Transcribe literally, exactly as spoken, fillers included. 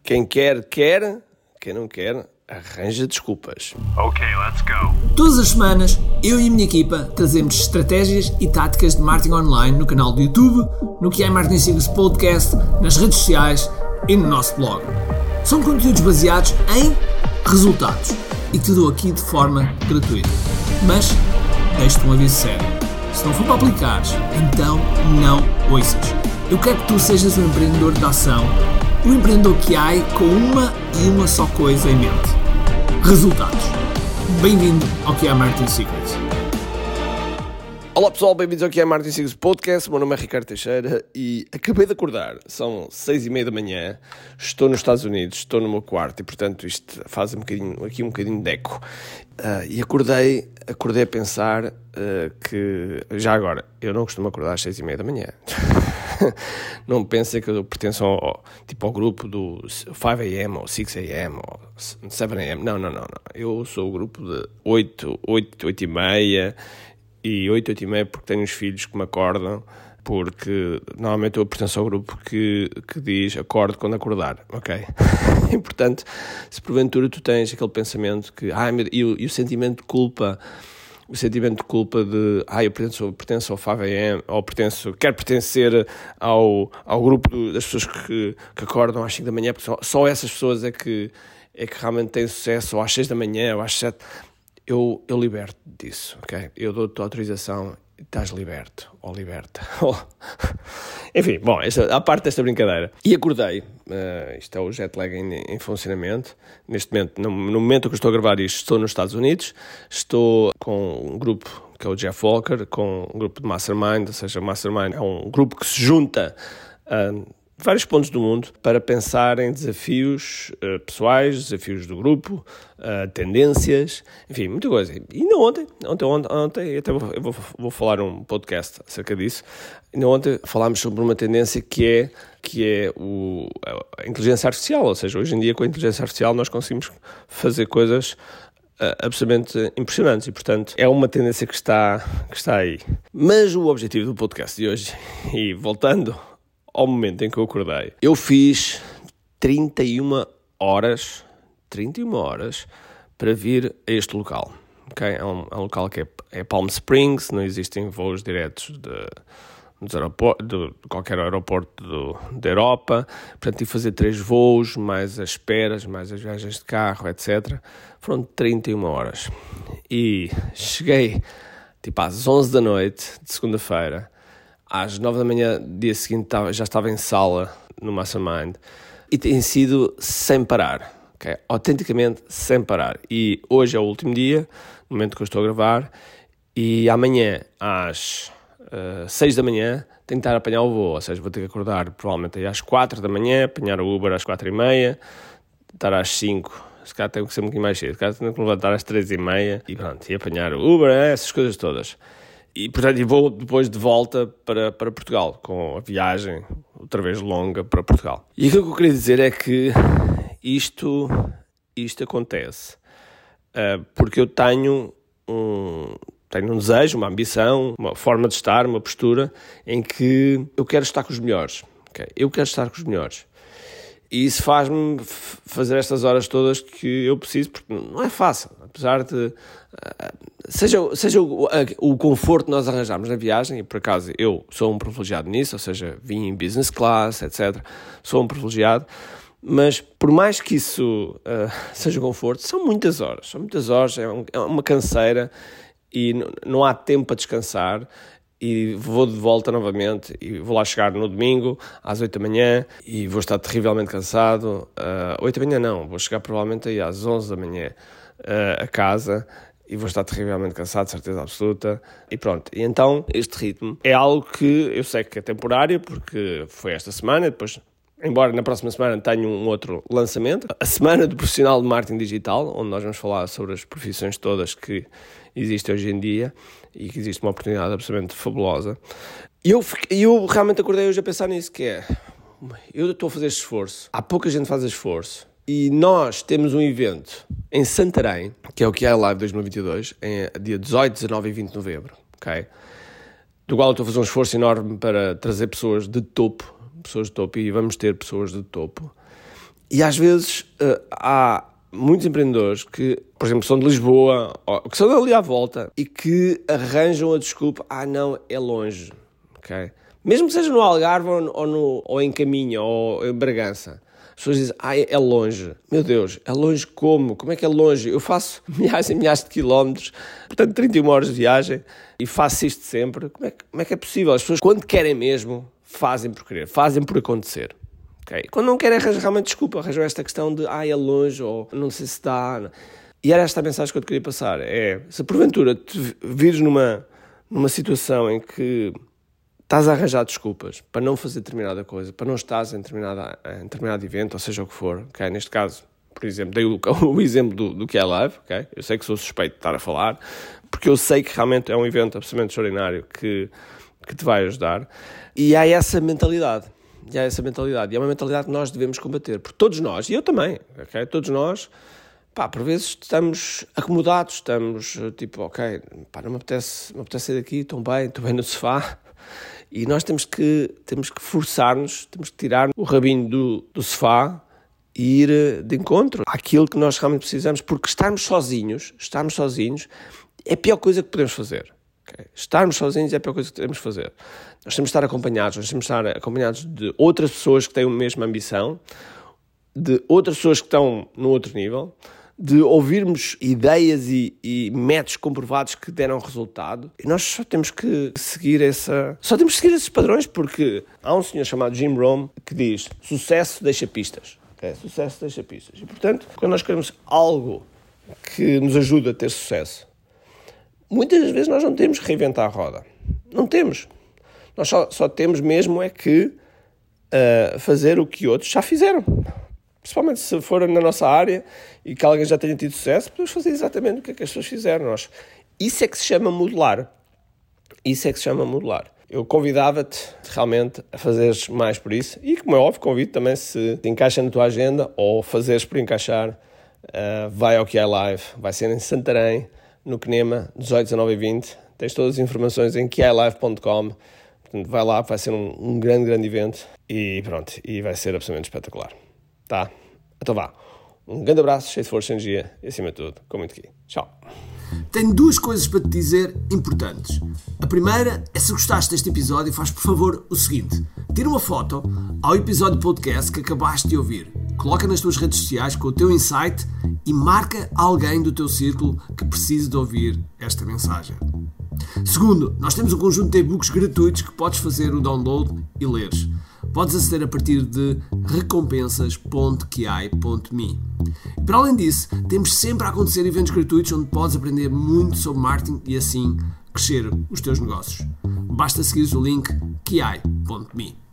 Quem quer, quer. Quem não quer, arranja desculpas. Ok, let's go. Todas as semanas, eu e a minha equipa trazemos estratégias e táticas de marketing online no canal do YouTube, no que é Marketing Secrets Podcast, nas redes sociais e no nosso blog. São conteúdos baseados em resultados e te dou aqui de forma gratuita. Mas, deixo-te um aviso sério. Se não for para aplicares, então não ouças. Eu quero que tu sejas um empreendedor de ação, um empreendedor que ai com uma e uma só coisa em mente: resultados. Bem-vindo ao que é Marketing Secrets. Olá pessoal, bem-vindos ao que é Marketing Secrets Podcast. O meu nome é Ricardo Teixeira e acabei de acordar. São seis e meia da manhã, estou nos Estados Unidos, estou no meu quarto e portanto isto faz um bocadinho, aqui um bocadinho de eco. Uh, e acordei, acordei a pensar uh, que, já agora, eu não costumo acordar às seis e meia da manhã. Não pensem que eu pertenço ao, tipo, ao grupo do cinco a.m. ou seis a.m. ou sete a.m. Não, não, não, não. Eu sou o grupo de oito, oito, oito e meia e oito, oito e meia porque tenho os filhos que me acordam, porque normalmente eu pertenço ao grupo que, que diz acorde quando acordar, ok? E portanto, se porventura tu tens aquele pensamento que, ai, meu, e, o, e o sentimento de culpa, o sentimento de culpa de, ah, eu pertenço, pertenço ao cinco a.m. ou pertenço, quero pertencer ao, ao grupo do, das pessoas que, que acordam às cinco da manhã, porque só, só essas pessoas é que, é que realmente têm sucesso, ou às seis da manhã, ou às sete. Eu, eu liberto disso, ok? Eu dou-te a autorização e estás liberto, ou liberta. Enfim, bom, esta, à parte desta brincadeira. E acordei, uh, isto é o jet lag em, em funcionamento. Neste momento, no, no momento que eu estou a gravar isto, estou nos Estados Unidos, estou com um grupo que é o Jeff Walker, com um grupo de Mastermind, ou seja, Mastermind é um grupo que se junta a vários pontos do mundo para pensar em desafios uh, pessoais, desafios do grupo, uh, tendências, enfim, muita coisa. E ainda ontem, ontem, ontem, ontem até vou, eu vou, vou falar um podcast acerca disso, ainda ontem falámos sobre uma tendência que é, que é o, a inteligência artificial, ou seja, hoje em dia com a inteligência artificial nós conseguimos fazer coisas uh, absolutamente impressionantes e, portanto, é uma tendência que está, que está aí. Mas o objetivo do podcast de hoje, e voltando ao momento em que eu acordei, eu fiz trinta e uma horas, trinta e uma horas para vir a este local. Okay? É, um, é um local que é, é Palm Springs, não existem voos diretos de, dos aeroport, de, de qualquer aeroporto do, da Europa, portanto tive que fazer três voos, mais as esperas, mais as viagens de carro, etcétera. Foram trinta e uma horas. E cheguei tipo às onze da noite de segunda-feira. Às nove da manhã, dia seguinte, já estava em sala no Mastermind e tem sido sem parar, okay? Autenticamente sem parar. E hoje é o último dia, no momento que eu estou a gravar, e amanhã, às uh, seis da manhã, tenho que estar a apanhar o voo, ou seja, vou ter que acordar provavelmente aí às quatro da manhã, apanhar o Uber às quatro e meia, estar às cinco, se calhar tenho que ser um pouquinho mais cedo, se calhar tenho que levantar às três e meia e pronto, e apanhar o Uber, essas coisas todas. E, portanto, vou depois de volta para, para Portugal, com a viagem outra vez longa para Portugal. E aquilo que eu queria dizer é que isto, isto acontece uh, porque eu tenho um, tenho um desejo, uma ambição, uma forma de estar, uma postura em que eu quero estar com os melhores. Okay? Eu quero estar com os melhores. E isso faz-me f- fazer estas horas todas que eu preciso, porque não é fácil. Apesar de... Uh, seja seja o, uh, o conforto que nós arranjamos na viagem, e por acaso eu sou um privilegiado nisso, ou seja, vim em business class, etcétera. Sou um privilegiado. Mas por mais que isso uh, seja conforto, são muitas horas. São muitas horas, é, um, é uma canseira e n- não há tempo para descansar. E vou de volta novamente e vou lá chegar no domingo às oito da manhã e vou estar terrivelmente cansado. Uh, oito da manhã não, vou chegar provavelmente aí às onze da manhã uh, a casa e vou estar terrivelmente cansado, de certeza absoluta. E pronto, e então este ritmo é algo que eu sei que é temporário, porque foi esta semana, depois... Embora na próxima semana tenha um outro lançamento, a Semana do Profissional de Marketing Digital, onde nós vamos falar sobre as profissões todas que existem hoje em dia e que existe uma oportunidade absolutamente fabulosa. E eu, eu realmente acordei hoje a pensar nisso, que é, eu estou a fazer este esforço, há pouca gente que faz esforço, e nós temos um evento em Santarém, que é o Q I Live dois mil e vinte e dois, em dia dezoito, dezanove e vinte de novembro, ok? Do qual eu estou a fazer um esforço enorme para trazer pessoas de topo, pessoas de topo, e vamos ter pessoas de topo. E às vezes uh, há muitos empreendedores que, por exemplo, são de Lisboa, ou que são ali à volta, e que arranjam a desculpa, ah não, é longe, ok? Mesmo que seja no Algarve ou, ou, no, ou em Caminha ou em Bragança. As pessoas dizem, ah, é longe. Meu Deus, é longe como? Como é que é longe? Eu faço milhares e milhares de quilómetros, portanto trinta e uma horas de viagem, e faço isto sempre. Como é que, como é, que é possível? As pessoas, quando querem mesmo, fazem por querer, fazem por acontecer. Okay? Quando não querem, arranjam realmente desculpa, arranjam esta questão de, ah, é longe, ou não sei se dá. E era esta a mensagem que eu te queria passar. É, se porventura te vires numa, numa situação em que estás a arranjar desculpas para não fazer determinada coisa, para não estares em, determinada, em determinado evento, ou seja o que for, okay? Neste caso, por exemplo, dei o, o exemplo do, do que é live, okay? Eu sei que sou suspeito de estar a falar, porque eu sei que realmente é um evento absolutamente extraordinário que, que te vai ajudar, e há essa mentalidade, e há essa mentalidade, e é uma mentalidade que nós devemos combater, porque todos nós, e eu também, okay? Todos nós, pá, por vezes estamos acomodados, estamos tipo, ok, pá, não me apetece, me apetece sair daqui, estou bem, estou bem no sofá. E nós temos que, temos que forçar-nos, temos que tirar o rabinho do, do sofá e ir de encontro àquilo que nós realmente precisamos, porque estarmos sozinhos, estarmos sozinhos é a pior coisa que podemos fazer. Okay? Estarmos sozinhos é a pior coisa que podemos fazer. Nós temos de estar acompanhados, nós temos de estar acompanhados de outras pessoas que têm a mesma ambição, de outras pessoas que estão no outro nível, de ouvirmos ideias e, e métodos comprovados que deram resultado, e nós só temos que seguir essa... Só temos que seguir esses padrões, porque há um senhor chamado Jim Rohn que diz, sucesso deixa pistas. Okay? Sucesso deixa pistas. E, portanto, quando nós queremos algo que nos ajude a ter sucesso, muitas das vezes nós não temos que reinventar a roda. Não temos. Nós só, só temos mesmo é que uh, fazer o que outros já fizeram. Principalmente se for na nossa área e que alguém já tenha tido sucesso, podemos fazer exatamente o que é que as pessoas fizeram. Nós. Isso é que se chama modelar. Isso é que se chama modelar. Eu convidava-te realmente a fazeres mais por isso. E, como é óbvio, convido também, se te encaixa na tua agenda ou fazeres por encaixar, uh, vai ao Q I Live. Vai ser em Santarém, no Quenema, dezoito, dezanove e vinte. Tens todas as informações em Q I live ponto com. Portanto, vai lá, vai ser um, um grande, grande evento. E pronto, e vai ser absolutamente espetacular. Tá? Então vá. Um grande abraço, cheio de força e energia e, acima de tudo, com muito aqui. Tchau. Tenho duas coisas para te dizer importantes. A primeira é, se gostaste deste episódio, faz por favor o seguinte. Tira uma foto ao episódio podcast que acabaste de ouvir. Coloca nas tuas redes sociais com o teu insight e marca alguém do teu círculo que precise de ouvir esta mensagem. Segundo, nós temos um conjunto de e-books gratuitos que podes fazer o download e leres. Podes aceder a partir de recompensas ponto q i ponto m e. Para além disso, temos sempre a acontecer eventos gratuitos onde podes aprender muito sobre marketing e assim crescer os teus negócios. Basta seguir o link q i ponto m e.